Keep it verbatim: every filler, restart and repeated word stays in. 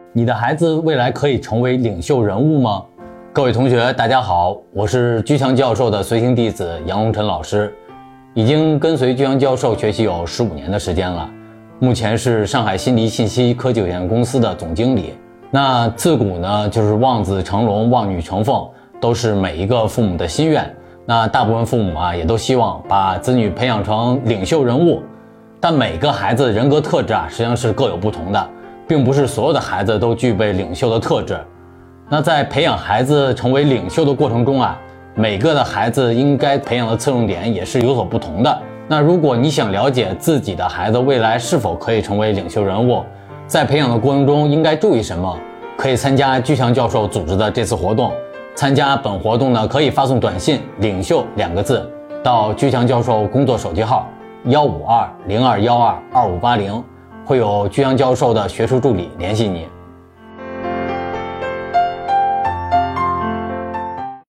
你的孩子未来可以成为领袖人物吗？各位同学，大家好，我是居强教授的随行弟子杨龙晨老师，已经跟随居强教授学习有十五年的时间了，目前是上海新黎信息科技有限公司的总经理。那自古呢，就是望子成龙、望女成凤，都是每一个父母的心愿。那大部分父母啊，也都希望把子女培养成领袖人物。但每个孩子的人格特质啊，实际上是各有不同的，并不是所有的孩子都具备领袖的特质。那在培养孩子成为领袖的过程中啊，每个的孩子应该培养的侧重点也是有所不同的。那如果你想了解自己的孩子未来是否可以成为领袖人物，在培养的过程中应该注意什么，可以参加居强教授组织的这次活动。参加本活动呢，可以发送短信领袖两个字到居强教授工作手机号幺五二零二幺二二五八零，会有居强教授的学术助理联系你。